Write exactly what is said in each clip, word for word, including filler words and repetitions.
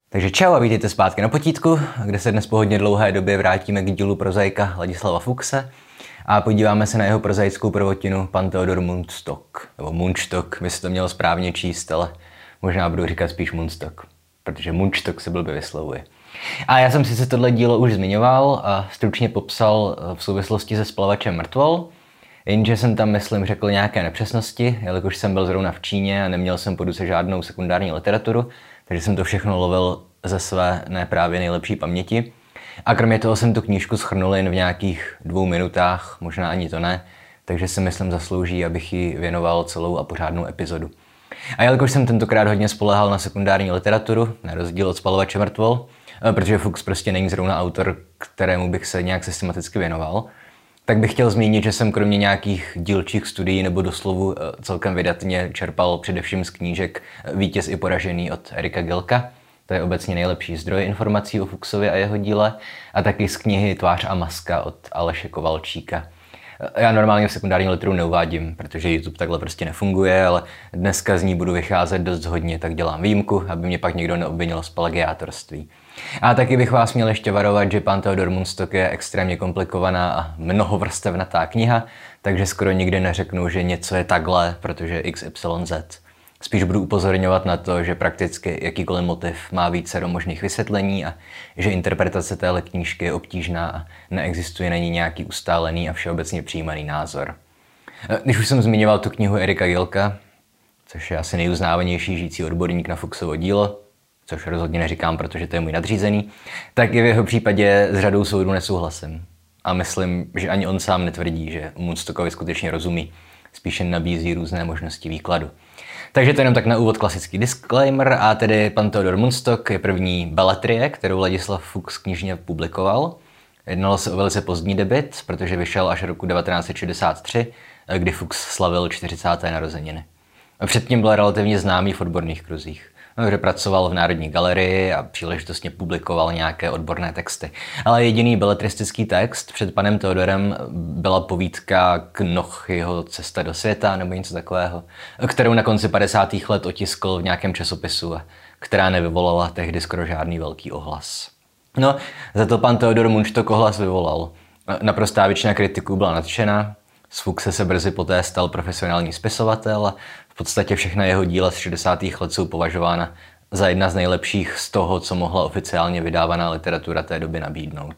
Takže čau a vítejte zpátky na potítku, kde se dnes po hodně dlouhé době vrátíme k dílu prozaika Ladislava Fuchse a podíváme se na jeho prozaickou prvotinu Pan Theodor Mundstock, nebo Mundstock, by se to mělo správně číst, ale možná budu říkat spíš Mundstock, protože Mundstock se blbě vyslovuje. A já jsem sice tohle dílo už zmiňoval a stručně popsal v souvislosti se Splavačem mrtvol, jenže jsem tam, myslím, řekl nějaké nepřesnosti, jelikož jsem byl zrovna v Číně a neměl jsem po ruce žádnou sekundární literaturu, takže jsem to všechno lovil ze své ne právě nejlepší paměti. A kromě toho jsem tu knížku shrnul jen v nějakých dvou minutách, možná ani to ne, takže si myslím zaslouží, abych ji věnoval celou a pořádnou epizodu. A jelikož jsem tentokrát hodně spoléhal na sekundární literaturu, na rozdíl od Spalovače mrtvol, protože Fuchs prostě není zrovna autor, kterému bych se nějak systematicky věnoval, tak bych chtěl zmínit, že jsem kromě nějakých dílčích studií nebo doslovu celkem vydatně čerpal především z knížek Vítěz i poražený od Erika Gilka. To je obecně nejlepší zdroj informací o Fuchsovi a jeho díle. A taky z knihy Tvář a maska od Aleše Kovalčíka. Já normálně v sekundární literu neuvádím, protože YouTube takhle prostě nefunguje, ale dneska z ní budu vycházet dost hodně, tak dělám výjimku, aby mě pak někdo neobvinil z plagiátorství. A taky bych vás měl ještě varovat, že Pan Theodor Mundstock je extrémně komplikovaná a mnohovrstevnatá kniha, takže skoro nikdy neřeknu, že něco je takhle, protože iks ypsilon zet. Spíš budu upozorňovat na to, že prakticky jakýkoliv motiv má více možných vysvětlení a že interpretace téhle knížky je obtížná a neexistuje na ní nějaký ustálený a všeobecně přijímaný názor. Když už jsem zmiňoval tu knihu Erika Gilka, což je asi nejuznávanější žijící odborník na Fuchsovo dílo, což rozhodně neříkám, protože to je můj nadřízený, tak i v jeho případě s řadou soudů nesouhlasím. A myslím, že ani on sám netvrdí, že Mundstockovi skutečně rozumí, spíše nabízí různé možnosti výkladu. Takže to jenom tak na úvod klasický disclaimer, a tedy Pan Theodor Mundstock je první beletrie, kterou Ladislav Fuchs knižně publikoval. Jednalo se o velice pozdní debut, protože vyšel až roku devatenáct set šedesát tři, kdy Fuchs slavil čtyřicáté narozeniny. Předtím byl relativně známý v odborných kruzích. Takže pracoval v Národní galerii a příležitostně publikoval nějaké odborné texty. Ale jediný beletristický text před panem Theodorem byla povídka Knochyho Cesta do světa nebo něco takového, kterou na konci padesátých let otiskl v nějakém časopisu a která nevyvolala tehdy skoro žádný velký ohlas. No, za to pan Theodor Mundstock ohlas vyvolal. Naprostá většina kritiků byla nadšená, z Fuchse se brzy poté stal profesionální spisovatel a v podstatě všechna jeho díla z šedesátých let jsou považována za jedna z nejlepších z toho, co mohla oficiálně vydávaná literatura té doby nabídnout.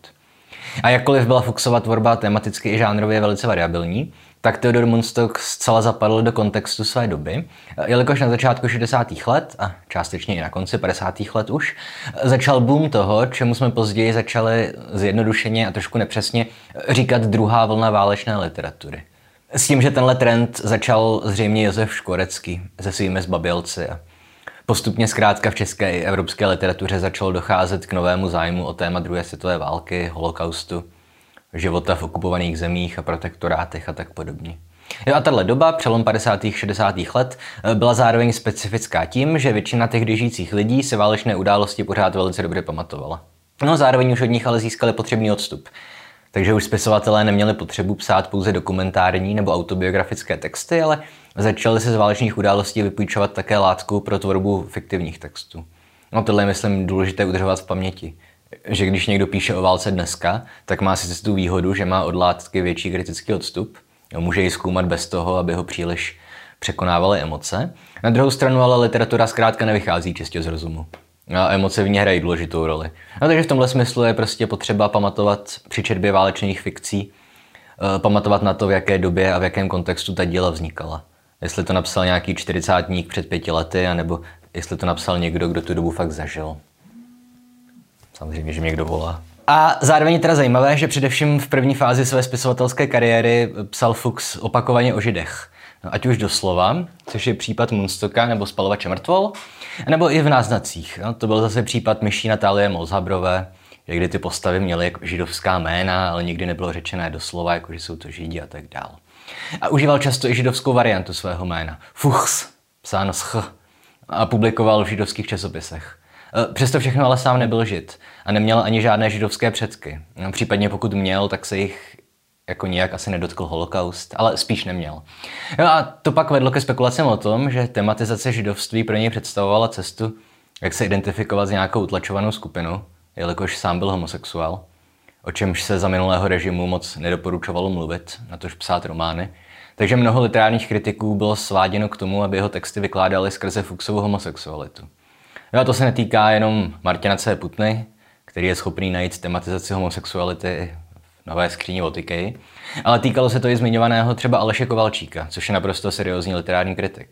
A jakkoliv byla Fuchsova tvorba tematicky i žánrově velice variabilní, tak Theodor Mundstock zcela zapadl do kontextu své doby, jelikož na začátku šedesátých let a částečně i na konci padesátých let už začal boom toho, čemu jsme později začali zjednodušeně a trošku nepřesně říkat druhá vlna válečné literatury. S tím, že tenhle trend začal zřejmě Josef Škvorecký se svými Zbabělci a postupně zkrátka v české i evropské literatuře začalo docházet k novému zájmu o téma druhé světové války, holokaustu, života v okupovaných zemích a protektorátech a tak podobně. Jo, a tahle doba, přelom padesátých šedesátých let, byla zároveň specifická tím, že většina tehdy žijících lidí se válečné události pořád velice dobře pamatovala. No, zároveň už od nich ale získali potřebný odstup. Takže už spisovatelé neměli potřebu psát pouze dokumentární nebo autobiografické texty, ale začali se z válečných událostí vypůjčovat také látku pro tvorbu fiktivních textů. No, tohle je, myslím, důležité udržovat v paměti. Že když někdo píše o válce dneska, tak má sice tu výhodu, že má od látky větší kritický odstup. Může ji zkoumat bez toho, aby ho příliš překonávaly emoce. Na druhou stranu ale literatura zkrátka nevychází čistě z rozumu. A emoce v ní hrají důležitou roli. No, takže v tomhle smyslu je prostě potřeba pamatovat při četbě válečných fikcí, pamatovat na to, v jaké době a v jakém kontextu ta díla vznikala. Jestli to napsal nějaký čtyřicátník před pěti lety, anebo jestli to napsal někdo, kdo tu dobu fakt zažil. Samozřejmě, že mě někdo volá. A zároveň je teda zajímavé, že především v první fázi své spisovatelské kariéry psal Fuchs opakovaně o Židech. No, ať už doslova, což je případ Mundstocka nebo Spalovače mrtvol, nebo i v náznacích. No, to byl zase případ myší Natálie Molzhabrové, kdy ty postavy měly židovská jména, ale nikdy nebylo řečené doslova, jako že jsou to Židi a tak dál. A užíval často i židovskou variantu svého jména. Fuchs, psáno s ch, a publikoval v židovských časopisech. Přesto všechno ale sám nebyl žid a neměl ani žádné židovské předky. No, případně pokud měl, tak se jich jako nějak asi nedotkl holokaust, ale spíš neměl. No a to pak vedlo ke spekulacím o tom, že tematizace židovství pro něj představovala cestu jak se identifikovat s nějakou utlačovanou skupinou, jelikož sám byl homosexuál, o čemž se za minulého režimu moc nedoporučovalo mluvit, natož psát romány. Takže mnoho literárních kritiků bylo sváděno k tomu, aby jeho texty vykládali skrze Fuchsovu homosexualitu. No a to se netýká jenom Martina C. Putny, který je schopný najít tematizaci homosexuality v Nové skříni od Ikei, ale týkalo se to i zmiňovaného třeba Aleše Kovalčíka, což je naprosto seriózní literární kritik.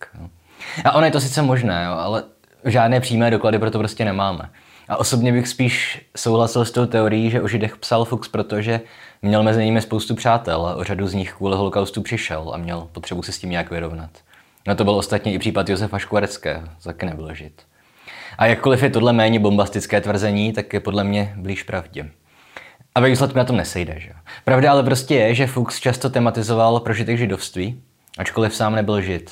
A ono je to sice možné, jo, ale žádné přímé doklady pro to prostě nemáme. A osobně bych spíš souhlasil s tou teorií, že o Židech psal Fuchs, protože měl mezi nimi spoustu přátel a o řadu z nich kvůli holokaustu přišel a měl potřebu se s tím nějak vyrovnat. No to byl ostatně i případ Josefa Škvareckého, taky nebyl Žid. A jakkoliv je tohle méně bombastické tvrzení, tak je podle mě blíž pravdě. A ve výsledku na tom nesejde, že? Pravda ale prostě je, že Fuchs často tematizoval prožitek židovství, ačkoliv sám nebyl Žid.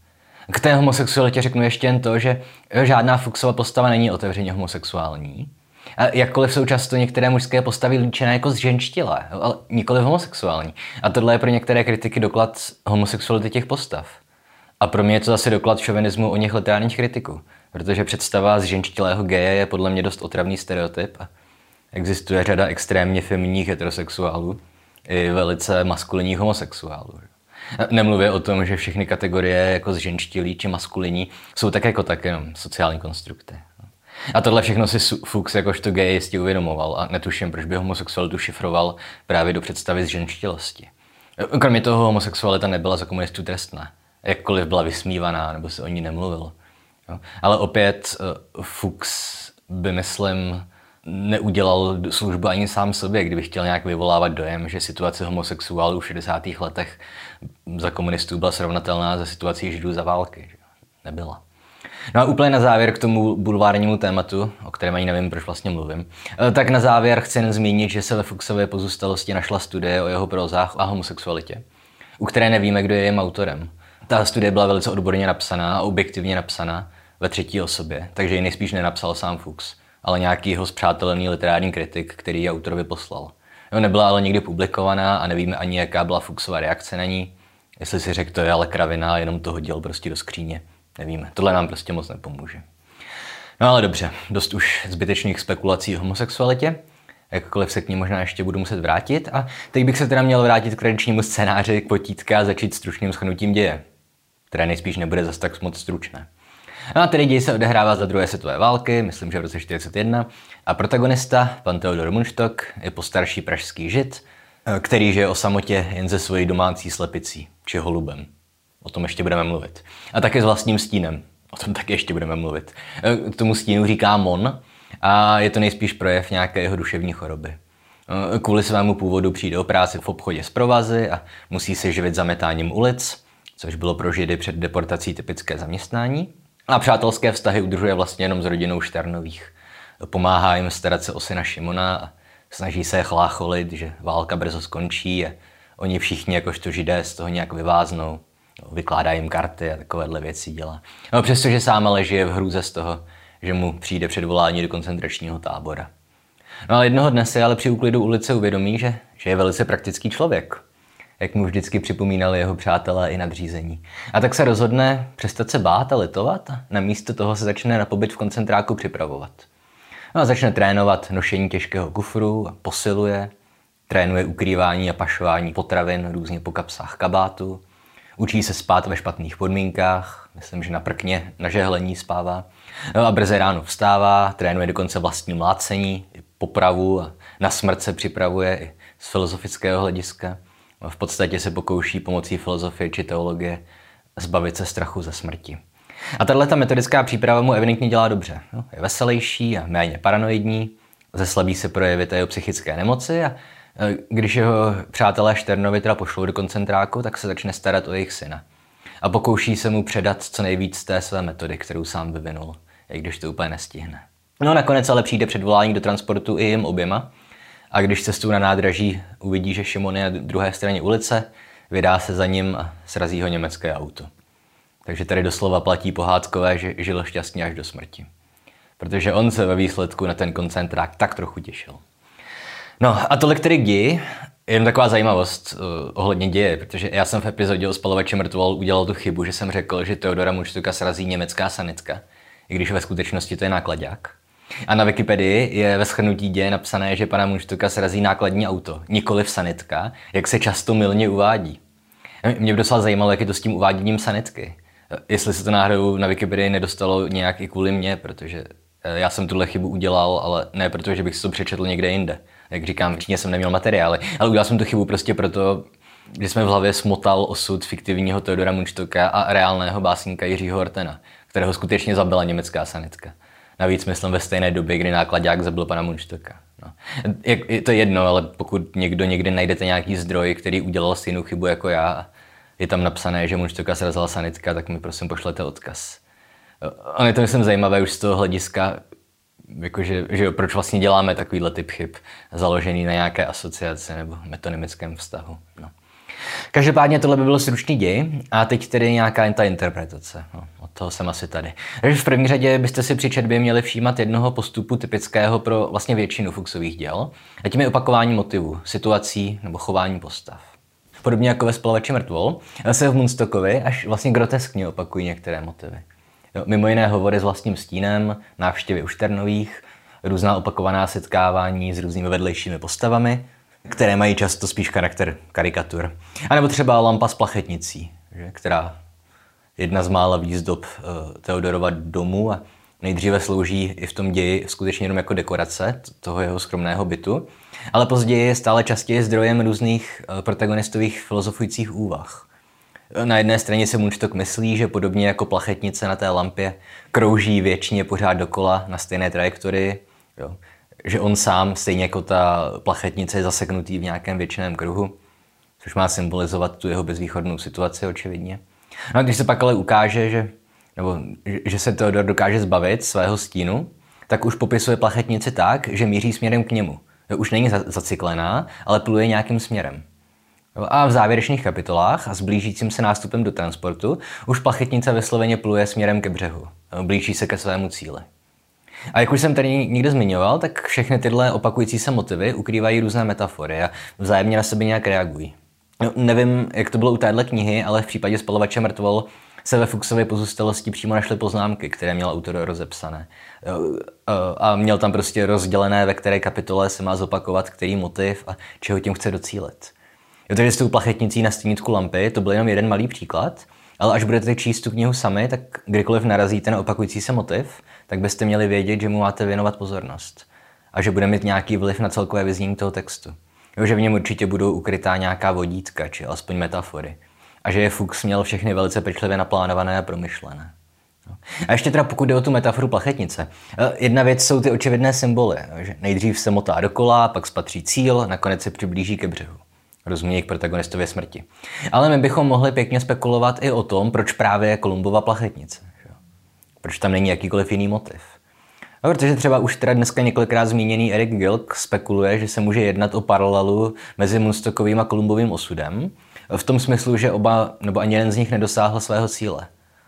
K té homosexualitě řeknu ještě jen to, že žádná Fuchsova postava není otevřeně homosexuální. A jakkoliv jsou často některé mužské postavy líčené jako zženštilé, ale nikoliv homosexuální. A tohle je pro některé kritiky doklad homosexuality těch postav. A pro mě je to zase doklad šovinismu o něch literárních kritiků, protože představa zženštilého geje je podle mě dost otravný stereotyp. A existuje řada extrémně feminních heterosexuálů i velice maskulinních homosexuálů. Nemluvě o tom, že všechny kategorie jako zženštilí či maskulinní jsou tak jako tak jenom sociální konstrukty. A tohle všechno si Fuchs jakožto gay jistě uvědomoval a netuším, proč by homosexualitu šifroval právě do představy zženštilosti. Kromě toho homosexualita nebyla za komunistů trestná, jakkoliv byla vysmívaná nebo se o ní nemluvilo. Ale opět Fuchs by, myslím, neudělal službu ani sám sobě, kdyby chtěl nějak vyvolávat dojem, že situace homosexuálů v šedesátých letech za komunistů byla srovnatelná se situací Židů za války. Nebyla. No a úplně na závěr k tomu bulvárnímu tématu, o kterém ani nevím, proč vlastně mluvím, tak na závěr chci jen zmínit, že se ve Fuchsově pozůstalosti našla studie o jeho prózách a homosexualitě, u které nevíme, kdo je jejím autorem. Ta studie byla velice odborně napsaná a objektivně napsaná ve třetí osobě, takže ji nejspíš nenapsal sám Fuchs, ale nějaký jeho spřátelený literární kritik, který ji autorovi poslal. Jo, nebyla ale nikdy publikovaná a nevíme ani, jaká byla Fuchsova reakce na ní. Jestli si řekl, to je ale kravina a jenom to hodil prostě do skříně. Nevíme, tohle nám prostě moc nepomůže. No ale dobře, dost už zbytečných spekulací o homosexualitě, jakkoliv se k ní možná ještě budu muset vrátit a teď bych se teda měl vrátit k tradičnímu scénáři, k potítce a začít stručným shrnutím děje, které nejspíš nebude zas tak moc stručné. No a tedy děj se odehrává za druhé světové války, myslím, že v roce čtyřicet jedna, a protagonista, pan Theodor Mundstock, je postarší pražský Žid, který žije o samotě jen ze svojí domácí slepicí, či holubem. O tom ještě budeme mluvit. A také s vlastním stínem. O tom taky ještě budeme mluvit. K tomu stínu říká Mon a je to nejspíš projev nějaké jeho duševní choroby. Kvůli svému původu přijde o práci v obchodě s provazy a musí se živit zametáním ulic, což bylo pro Židy před deportací typické zaměstnání. A přátelské vztahy udržuje vlastně jenom s rodinou Šternových. Pomáhá jim starat se o syna Šimona a snaží se je chlácholit, že válka brzo skončí a oni všichni jakožto Židé z toho nějak vyváznou. Vykládá jim karty a takovéhle věci dělá. No, přestože sám ale žije v hrůze z toho, že mu přijde předvolání do koncentračního tábora. No ale jednoho dne se ale při úklidu ulice uvědomí, že, že je velice praktický člověk, jak mu vždycky připomínali jeho přátelé i nadřízení. A tak se rozhodne přestat se bát a litovat a namísto toho se začne na pobyt v koncentráku připravovat. No a začne trénovat nošení těžkého kufru a posiluje, trénuje ukrývání a pašování potravin různě po kapsách kabátu, učí se spát ve špatných podmínkách, myslím, že na prkně, na žehlení spává. No a brzy ráno vstává, trénuje dokonce vlastní mlácení, i popravu a na smrt se připravuje i z filozofického hlediska. V podstatě se pokouší pomocí filozofie či teologie zbavit se strachu ze smrti. A tato metodická příprava mu evidentně dělá dobře. No, je veselější a méně paranoidní, zeslabí se projevy jeho psychické nemoci a když jeho přátelé Šternovi teda pošlou do koncentráku, tak se začne starat o jejich syna. A pokouší se mu předat co nejvíc té své metody, kterou sám vyvinul, i když to úplně nestihne. No nakonec ale přijde předvolání do transportu i jim oběma a když cestou na nádraží uvidí, že Šimon je na druhé straně ulice, vydá se za ním a srazí ho německé auto. Takže tady doslova platí pohádkové, že žil šťastně až do smrti. Protože on se ve výsledku na ten koncentrák tak trochu těšil. No a tolik tedy k ději, jen taková zajímavost uh, ohledně děje, protože já jsem v epizodě o Spalovači mrtvol udělal tu chybu, že jsem řekl, že Theodora Mundstocka srazí německá sanitka, i když ve skutečnosti to je náklaďák. A na Wikipedii je ve shrnutí děje napsané, že pana Mundstocka srazí nákladní auto, nikoliv sanitka, jak se často mylně uvádí. Mě by docela zajímalo, jak je to s tím uváděním sanitky. Jestli se to náhodou na Wikipedii nedostalo nějak i kvůli mně, protože já jsem tuhle chybu udělal, ale ne proto, že bych si to přečetl někde jinde. Jak říkám, v Číně jsem neměl materiály, ale udělal jsem tu chybu prostě proto, že jsme v hlavě smotal osud fiktivního Theodora Mundstocka a reálného básníka Jiřího Ortena, kterého skutečně zabila německá sanitka. Navíc myslím ve stejné době, kdy náklaďák zabil pana Mundstocka. No. Je to jedno, ale pokud někdo někdy najdete nějaký zdroj, který udělal stejnou chybu jako já, je tam napsané, že Mundstocka srazila sanitka, tak mi prosím pošlete odkaz. A je to myslím zajímavé už z toho hlediska, jakože, že proč vlastně děláme takovýhle typ chyb, založený na nějaké asociaci nebo metonymickém vztahu. No. Každopádně tohle by bylo stručný děj a teď tedy nějaká ta interpretace. No, od toho jsem asi tady. Takže v první řadě byste si při četbě měli všímat jednoho postupu typického pro vlastně většinu Fuchsových děl, a tím je opakování motivů, situací nebo chování postav. Podobně jako ve Spalovači mrtvol se v Mundstockovi až vlastně groteskně opakují některé motivy. Jo, mimo jiné hovory s vlastním stínem, návštěvy u Šternových, různá opakovaná setkávání s různými vedlejšími postavami, které mají často spíš charakter karikatur. A nebo třeba lampa s plachetnicí, že, která jedna z mála výzdob uh, Theodorova domu a nejdříve slouží i v tom ději skutečně jenom jako dekorace toho jeho skromného bytu, ale později je stále častěji zdrojem různých uh, protagonistových filozofujících úvah. Na jedné straně si Mundstock myslí, že podobně jako plachetnice na té lampě krouží věčně pořád dokola na stejné trajektorii, jo. Že on sám, stejně jako ta plachetnice, je zaseknutý v nějakém věčném kruhu, což má symbolizovat tu jeho bezvýchodnou situaci očividně. No a když se pak ale ukáže, že, nebo, že se Theodor dokáže zbavit svého stínu, tak už popisuje plachetnici tak, že míří směrem k němu. Už není zacyklená, ale pluje nějakým směrem. A v závěrečných kapitolách a s blížícím se nástupem do transportu už plachetnice vysloveně pluje směrem ke břehu. Blíží se ke svému cíli. A jak už jsem tady někde zmiňoval, tak všechny tyhle opakující se motivy ukrývají různé metafory a vzájemně na sebe nějak reagují. No, nevím, jak to bylo u téhle knihy, ale v případě Spalovače mrtvol se ve Fuchsově pozůstalosti přímo našly poznámky, které měl autor rozepsané. A měl tam prostě rozdělené, ve které kapitole se má zopakovat který motiv a čeho tím chce docílit. Takže s tou plachetnicí na stínítku lampy to byl jenom jeden malý příklad, ale až budete číst tu knihu sami, tak kdykoliv narazíte na opakující se motiv, tak byste měli vědět, že mu máte věnovat pozornost a že bude mít nějaký vliv na celkové vyznění toho textu. Jo, že v něm určitě budou ukrytá nějaká vodítka, či alespoň metafory. A že je Fuchs měl všechny velice pečlivě naplánované a promyšlené. No. A ještě teda pokud jde o tu metaforu plachetnice. Jedna věc jsou ty očividné symboly, že nejdřív se motá dokola, pak spatří cíl, nakonec se přiblíží ke břehu. Rozumějí k protagonistově smrti. Ale my bychom mohli pěkně spekulovat i o tom, proč právě je Kolumbova plachetnice. Že? Proč tam není jakýkoliv jiný motiv. No, protože třeba už teda dneska několikrát zmíněný Eric Gilk spekuluje, že se může jednat o paralelu mezi Mundstockovým a Kolumbovým osudem, v tom smyslu, že oba, nebo ani jeden z nich nedosáhl svého cíle.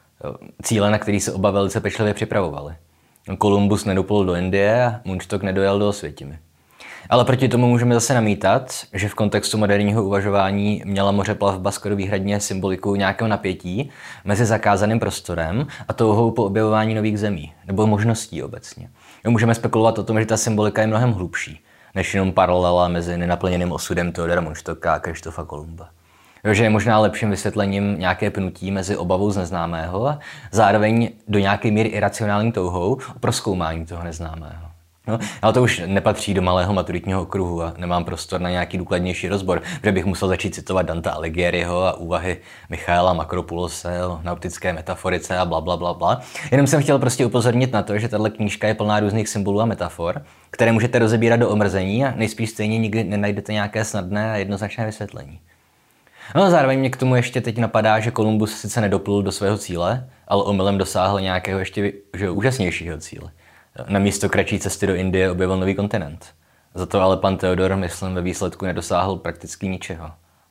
Cíle, na který se oba velice pečlivě připravovali. Kolumbus nedoplul do Indie a Mundstock nedojel do Osvětimi. Ale proti tomu můžeme zase namítat, že v kontextu moderního uvažování měla mořeplavba skoro výhradně symboliku nějakého napětí mezi zakázaným prostorem a touhou po objevování nových zemí, nebo možností obecně. Můžeme spekulovat o tom, že ta symbolika je mnohem hlubší, než jenom paralela mezi nenaplněným osudem Theodora Mundstocka a Krištofa Kolumba. Že je možná lepším vysvětlením nějaké pnutí mezi obavou z neznámého a zároveň do nějaké míry iracionální touhou o prozkoumání toho neznámého. No, ale to už nepatří do malého maturitního okruhu a nemám prostor na nějaký důkladnější rozbor, protože bych musel začít citovat Danta Alighieriho a úvahy Michaela Makropulose o nautické metaforice a bla, bla, bla, bla. Jenom jsem chtěl prostě upozornit na to, že tahle knížka je plná různých symbolů a metafor, které můžete rozebírat do omrzení a nejspíš stejně nikdy nenajdete nějaké snadné a jednoznačné vysvětlení. No a zároveň mě k tomu ještě teď napadá, že Kolumbus sice nedoplul do svého cíle, ale omylem dosáhl nějakého ještě že, úžasnějšího cíle. Na místo kratší cesty do Indie objevil nový kontinent. Za to ale pan Theodor, myslím, ve výsledku nedosáhl prakticky ničeho.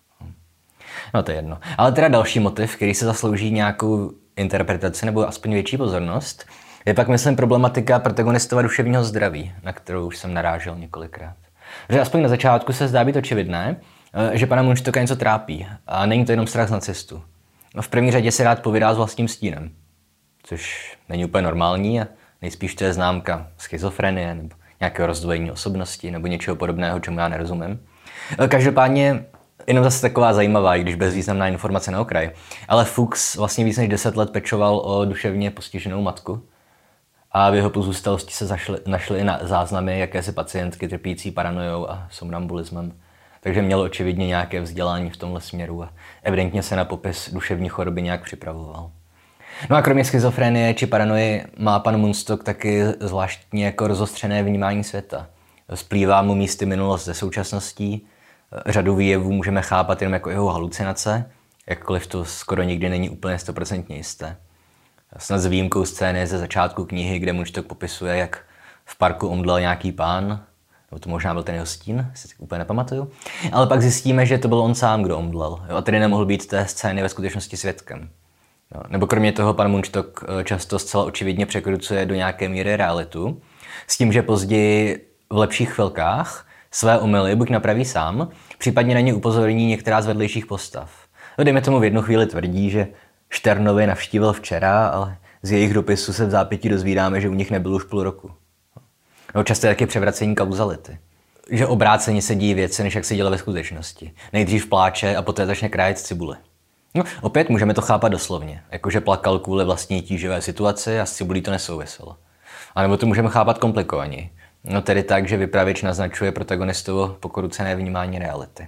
No to je jedno. Ale teda další motiv, který se zaslouží nějakou interpretaci nebo aspoň větší pozornost, je pak, myslím, problematika protagonistova duševního zdraví, na kterou už jsem narážel několikrát. Že aspoň na začátku se zdá být očividné, že pana Mundstocka něco trápí a není to jenom strach z nacistů. V první řadě se rád povídá s vlastním stínem. což není úplně normální a nejspíš to je známka schizofrenie nebo nějakého rozdvojení osobnosti nebo něčeho podobného, čemu já nerozumím. Každopádně jenom zase taková zajímavá, i když bezvýznamná informace na okraj. Ale Fuchs vlastně víc než deset let pečoval o duševně postiženou matku a v jeho pozůstalosti se zašli, našly i na záznamy jakési pacientky trpící paranojou a somnambulismem. Takže měl očividně nějaké vzdělání v tomhle směru a evidentně se na popis duševní choroby nějak připravoval. No a kromě schizofrenie či paranoji má pan Mundstock taky zvláštně jako rozostřené vnímání světa. Splývá mu místy minulost ze současností, řadu výjevů můžeme chápat jenom jako jeho halucinace, jakkoliv to skoro nikdy není úplně stoprocentně jisté. Snad s výjimkou scény ze začátku knihy, kde Mundstock popisuje, jak v parku omdlel nějaký pán, nebo to možná byl ten jeho stín, si úplně nepamatuju, ale pak zjistíme, že to byl on sám, kdo omdlel, jo, a tedy nemohl být té scény ve skutečnosti svědkem. Jo, nebo kromě toho pan Mundstock často zcela očividně překrucuje do nějaké míry realitu, s tím, že později v lepších chvilkách své omyly buď napraví sám, případně na ně upozorní některá z vedlejších postav. No, dejme tomu v jednu chvíli tvrdí, že Šternovi navštívil včera, ale z jejich dopisu se v zápětí dozvídáme, že u nich nebyl už půl roku. No, často je taky převracení kauzality. Že obráceně se dějí věci, než jak se dělo ve skutečnosti. Nejdřív pláče a poté začne krájet cibuli. No, opět můžeme to chápat doslovně, jakože plakal kvůli vlastní tíživé situaci a s cibulí to nesouviselo. A nebo to můžeme chápat komplikovaně. No tedy tak, že vypravěč naznačuje protagonistovo pokorucené vnímání reality.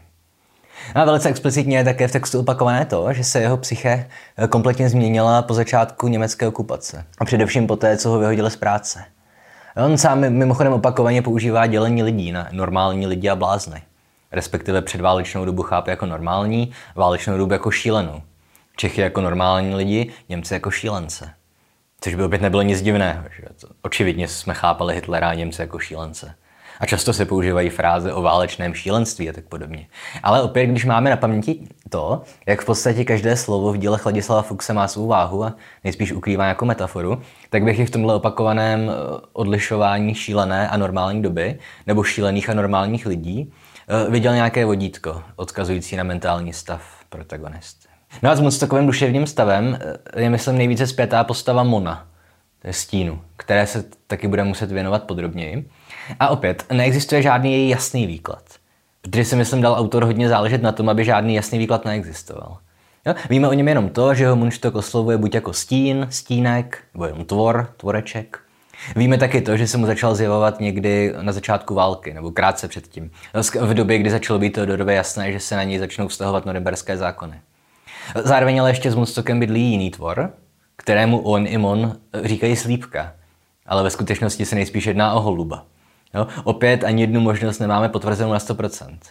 A velice explicitně je také v textu opakované to, že se jeho psyché kompletně změnila po začátku německé okupace. A především poté, co ho vyhodili z práce. On sám mimochodem opakovaně používá dělení lidí na normální lidi a blázny. Respektive předválečnou dobu chápe jako normální, válečnou dobu jako šílenou. Čechy jako normální lidi, Němci jako šílence. Což by opět nebylo nic divného. Že? Očividně jsme chápali Hitlera a Němce jako šílence. A často se používají fráze o válečném šílenství a tak podobně. Ale opět, když máme na paměti to, jak v podstatě každé slovo v dílech Ladislava Fuchse má svou váhu a nejspíš ukrývá jako metaforu, tak bych i v tomhle opakovaném odlišování šílené a normální doby nebo šílených a normálních lidí viděl nějaké vodítko, odkazující na mentální stav protagonisty. No a s Mundstockovým duševním stavem je, myslím, nejvíce zpětá postava Mona, to je stínu, které se taky bude muset věnovat podrobněji. A opět, neexistuje žádný její jasný výklad. Protože si, myslím, dal autor hodně záležet na tom, aby žádný jasný výklad neexistoval. Jo? Víme o něm jenom to, že ho Mundstock oslovuje buď jako stín, stínek, nebo jenom tvor, tvoreček. Víme taky to, že se mu začal zjevovat někdy na začátku války, nebo krátce předtím. V době, kdy začalo být Teodorovi jasné, že se na něj začnou vztahovat norimberské zákony. Zároveň ale ještě s Mundstockem bydlí jiný tvor, kterému on i Mon říkají slípka, ale ve skutečnosti se nejspíš jedná o holuba. Jo? Opět ani jednu možnost nemáme potvrzenou na sto procent.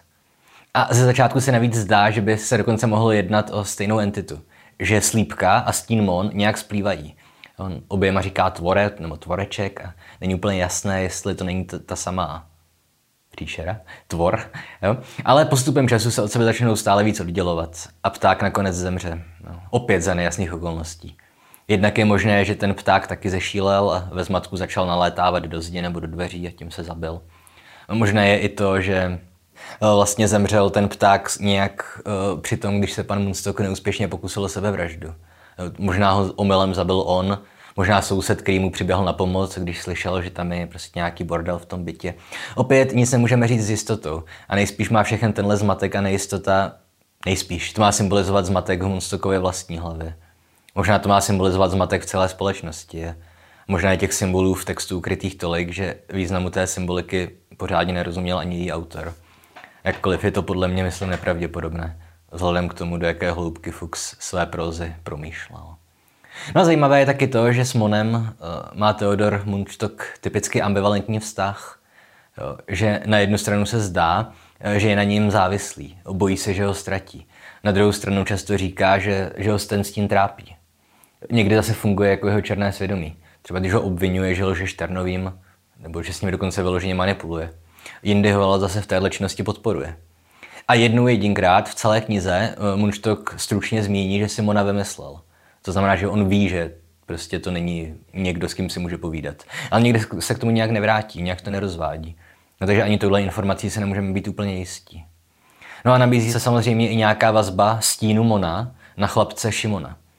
A ze začátku se navíc zdá, že by se dokonce mohlo jednat o stejnou entitu, že slípka a stín Mon nějak splývají. On oběma říká tvore nebo tvoreček a není úplně jasné, jestli to není ta, ta samá příšera, tvor. Jo? Ale postupem času se od sebe začnou stále víc oddělovat a pták nakonec zemře. No, opět za nejasných okolností. Jednak je možné, že ten pták taky zešílel a ve zmatku začal nalétávat do zdi nebo do dveří a tím se zabil. A možné je i to, že vlastně zemřel ten pták nějak při tom, když se pan Mundstock neúspěšně pokusil o sebevraždu. Možná ho omylem zabil on, možná soused, který mu přiběhl na pomoc, když slyšel, že tam je prostě nějaký bordel v tom bytě. Opět nic nemůžeme říct s jistotou a nejspíš má všechen tenhle zmatek a nejistota, nejspíš to má symbolizovat zmatek v Mundstockově vlastní hlavě. Možná to má symbolizovat zmatek v celé společnosti. Možná je těch symbolů v textu ukrytých tolik, že významu té symboliky pořádně nerozuměl ani její autor. Jakkoliv je to podle mě, myslím, nepravděpodobné, vzhledem k tomu, do jaké hloubky Fuchs své prózy promýšlel. No a zajímavé je taky to, že s Monem uh, má Theodor Mundstock typicky ambivalentní vztah. Jo, že na jednu stranu se zdá, že je na ním závislý, bojí se, že ho ztratí. Na druhou stranu často říká, že, že ho ten stín trápí. Někdy zase funguje jako jeho černé svědomí. Třeba když ho obvinuje, že lže Šternovým, nebo že s ním dokonce vyloženě manipuluje. Jindy ho ale zase v téhle činnosti podporuje. A jednou jedinkrát v celé knize Mundstock stručně zmíní, že si Mona vymyslel. To znamená, že on ví, že prostě to není někdo, s kým si může povídat. Ale někdy se k tomu nějak nevrátí, nějak to nerozvádí. No, takže ani touhle informací se nemůžeme být úplně jistí. No a nabízí se samozřejmě i nějaká vazba stínu Mona na chlapce Šimona.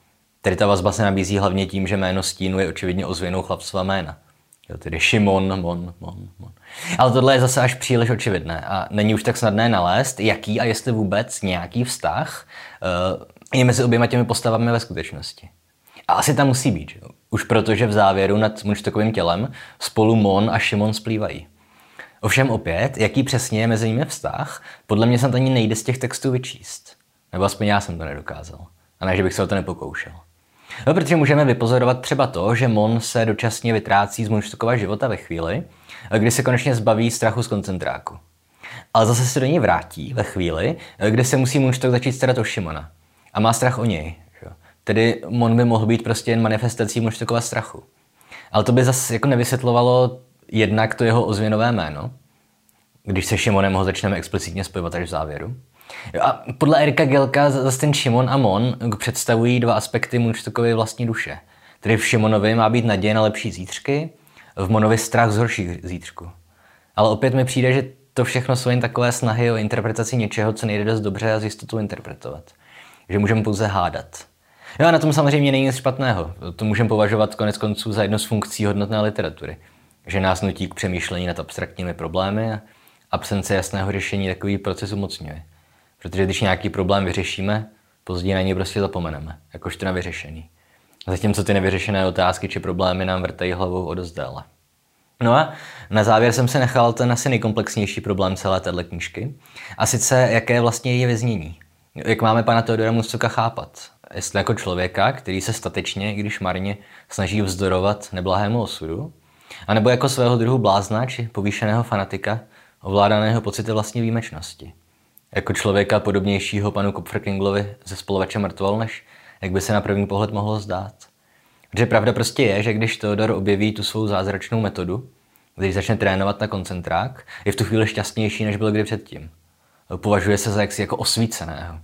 Tady ta vazba se nabízí hlavně tím, že jméno stínu je očividně ozvěnou chlapcova jména. Jo, tedy Šimon, Mon, Mon, Mon. Ale tohle je zase až příliš očividné a není už tak snadné nalézt, jaký a jestli vůbec nějaký vztah uh, je mezi oběma těmi postavami ve skutečnosti. A asi tam musí být, že? Už protože v závěru nad Mundštockovým tělem spolu Mon a Šimon splývají. Ovšem opět, jaký přesně je mezi nimi vztah, podle mě snad ani nejde z těch textů vyčíst. Nebo aspoň já jsem to nedokázal. A ne, že bych se o to nepokoušel. No, protože můžeme vypozorovat třeba to, že Mon se dočasně vytrácí z Mundštockova života ve chvíli, kdy se konečně zbaví strachu z koncentráku. Ale zase se do něj vrátí ve chvíli, kdy se musí Mundštok začít starat o Šimona. A má strach o něj. Že? Tedy Mon by mohl být prostě jen manifestací Mundštokova strachu. Ale to by zase jako nevysvětlovalo jednak to jeho ozvěnové jméno, když se Šimonem ho začneme explicitně spojovat až v závěru. Jo, a podle Erika Gelka zase ten Šimon a Mon představují dva aspekty Mundštockovy vlastní duše. Tedy v Šimonovi má být naděje na lepší zítřky, v Monovi strach z horších zítřků. Ale opět mi přijde, že to všechno jsou jen takové snahy o interpretaci něčeho, co nejde dost dobře a s jistotou interpretovat. Že můžeme pouze hádat. Jo, a na tom samozřejmě není nic špatného. To můžeme považovat konec konců za jednu z funkcí hodnotné literatury. Že nás nutí k přemýšlení nad abstraktními problémy a absence jasného řešení takový proces umocňuje. Protože když nějaký problém vyřešíme, později na něj prostě zapomeneme, jakožto na vyřešený. Zatímco ty nevyřešené otázky či problémy nám vrtají hlavou o dost déle. No a na závěr jsem se nechal ten asi nejkomplexnější problém celé téhle knížky. A sice, jaké vlastně je vyznění. Jak máme pana Teodora Mundstocka chápat. Jestli jako člověka, který se statečně, i když marně, snaží vzdorovat neblahému osudu, anebo jako svého druhu blázna či povýšeného fanatika, ovládaného pocity vlastní výjimečnosti. Jako člověka podobnějšího panu Kupferkringlovi ze Spolovače mrtvol, než jak by se na první pohled mohlo zdát. Protože pravda prostě je, že když Teodor objeví tu svou zázračnou metodu, když začne trénovat na koncentrák, je v tu chvíli šťastnější, než byl kdy předtím. Považuje se za jaksi jako osvíceného.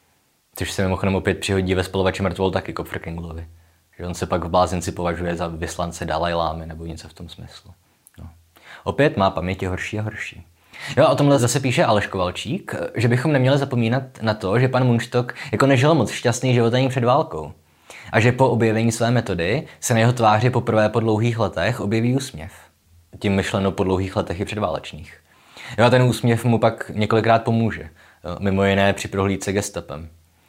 Což se mimochodem opět přihodí ve Spolovači mrtvol taky Kupferkringlovi. Že on se pak v blázinci považuje za vyslance Dalajlámy nebo něco v tom smyslu. No. Opět má paměti horší a horší. Jo, o tomhle zase píše Aleš Kovalčík, že bychom neměli zapomínat na to, že pan Mundštok jako nežil moc šťastný život ani před válkou. A že po objevení své metody se na jeho tváři poprvé po dlouhých letech objeví úsměv. Tím myšleno po dlouhých letech i předválečných. Jo, a ten úsměv mu pak několikrát pomůže. Mimo jiné při prohlídce gestapem.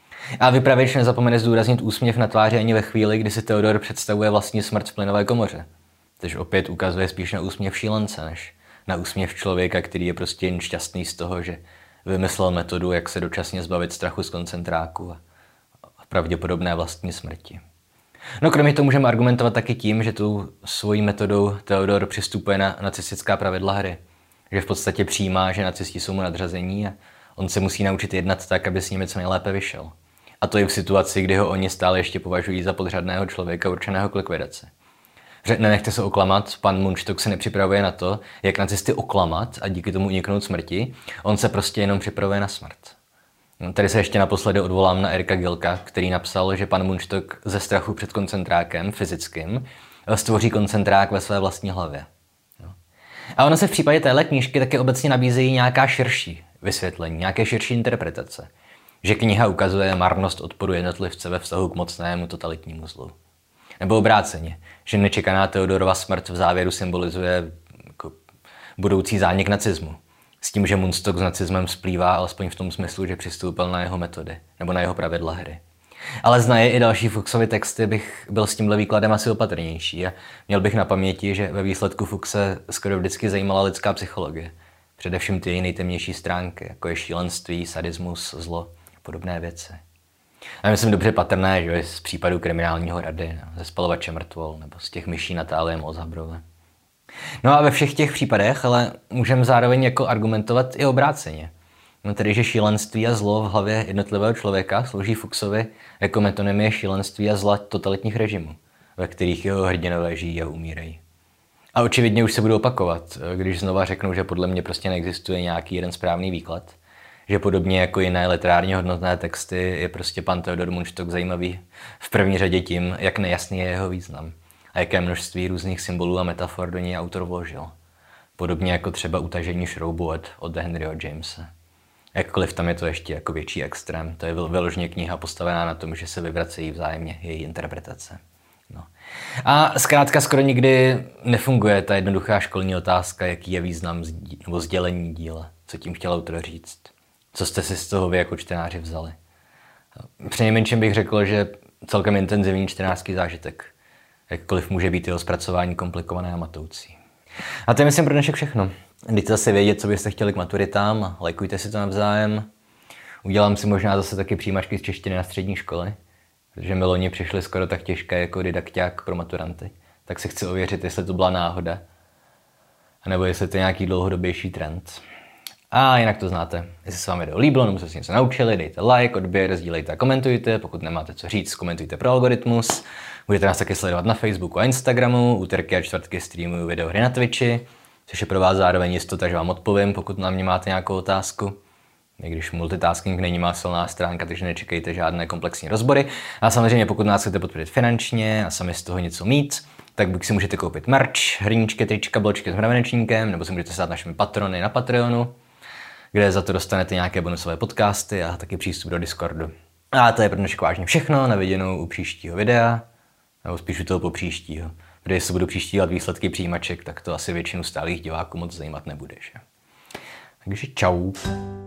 A vypravěč nezapomene zdůraznit úsměv na tváři ani ve chvíli, kdy si Teodor představuje vlastní smrt v plynové komoře. Což opět ukazuje spíš na úsměv šílence, než na úsměv člověka, který je prostě jen šťastný z toho, že vymyslel metodu, jak se dočasně zbavit strachu z koncentráku a pravděpodobné vlastní smrti. No kromě toho můžeme argumentovat taky tím, že tu svojí metodou Teodor přistupuje na nacistická pravidla hry. Že v podstatě přijímá, že nacisti jsou mu nadřazení a on se musí naučit jednat tak, aby s nimi co nejlépe vyšel. A to i v situaci, kdy ho oni stále ještě považují za podřadného člověka určeného k likvidaci. Nenechte se oklamat, pan Mundštok se nepřipravuje na to, jak nacisty oklamat a díky tomu uniknout smrti, on se prostě jenom připravuje na smrt. Tady se ještě naposledy odvolám na Erika Gelka, který napsal, že pan Mundštok ze strachu před koncentrákem fyzickým stvoří koncentrák ve své vlastní hlavě. A ono se v případě téhle knížky také obecně nabízejí nějaká širší vysvětlení, nějaké širší interpretace. Že kniha ukazuje marnost odporu jednotlivce ve vztahu k mocnému totalitnímu zlu. Nebo obráceně, že nečekaná Teodorova smrt v závěru symbolizuje jako budoucí zánik nacismu. S tím, že Mundštok s nacismem splývá alespoň v tom smyslu, že přistoupil na jeho metody nebo na jeho pravidla hry. Ale znaje i další Fuchsovy texty, bych byl s tímhle výkladem asi opatrnější a měl bych na paměti, že ve výsledku Fuchse skoro vždycky zajímala lidská psychologie. Především ty její nejtemnější stránky, jako je šílenství, sadismus, zlo a podobné věci. A myslím dobře patrné, že z případu kriminálního rady, ze Spalovače mrtvol nebo z těch myší Natálie Mozhabrové. No a ve všech těch případech ale můžeme zároveň jako argumentovat i obráceně. No tedy, že šílenství a zlo v hlavě jednotlivého člověka slouží Fuchsovi jako metonymie šílenství a zla totalitních režimů, ve kterých jeho hrdinové žijí a umírají. A očividně už se budu opakovat, když znova řeknu, že podle mě prostě neexistuje nějaký jeden správný výklad. Že podobně jako jiné literárně hodnotné texty je prostě pan Teodor Mundštok zajímavý v první řadě tím, jak nejasný je jeho význam a jaké množství různých symbolů a metafor do něj autor vložil. Podobně jako třeba utažení šroubu od, od Henryho Jamese. Jakkoliv tam je to ještě jako větší extrém. To je vyloženě kniha postavená na tom, že se vyvracejí vzájemně její interpretace. No. A zkrátka skoro nikdy nefunguje ta jednoduchá školní otázka, jaký je význam zdí, nebo sdělení díla, co tím chtěl autor říct. Co jste si z toho vy jako čtenáři vzali? Přinejmenším bych řekl, že celkem intenzivní čtenářský zážitek. Jakkoliv může být jeho zpracování komplikované a matoucí. A to je myslím pro dnešek všechno. Dejte zase vědět, co byste chtěli k maturitám a lajkujte si to navzájem. Udělám si možná zase taky přijímačky z češtiny na střední školy, protože mi loni přišly skoro tak těžké jako didakťák pro maturanty. Tak si chci ověřit, jestli to byla náhoda, anebo jestli to je nějaký dlouhodobější trend. A jinak to znáte. Jestli se vám video líbilo, nebo jste si něco naučili, dejte like, odběr, sdílejte a komentujte. Pokud nemáte co říct, komentujte pro algoritmus. Můžete nás taky sledovat na Facebooku a Instagramu. Úterky a čtvrtky streamuju videohry na Twitchi, což je pro vás zároveň jistota, že vám odpovím, pokud na mě máte nějakou otázku. I když multitasking není má silná stránka, takže nečekejte žádné komplexní rozbory. A samozřejmě pokud nás chcete podpořit finančně a sami z toho něco mít, tak buď si můžete koupit merch, hrníčky, trička, bločky s mravenečníkem, nebo si můžete stát našimi patrony na Patreonu, kde za to dostanete nějaké bonusové podcasty a taky přístup do Discordu. A to je pro dnešek vážně všechno, na viděnou u příštího videa, nebo spíš u toho po příštího. Protože jestli budu příští dělat výsledky přijímaček, tak to asi většinu stálých diváků moc zajímat nebude. Že? Takže čau.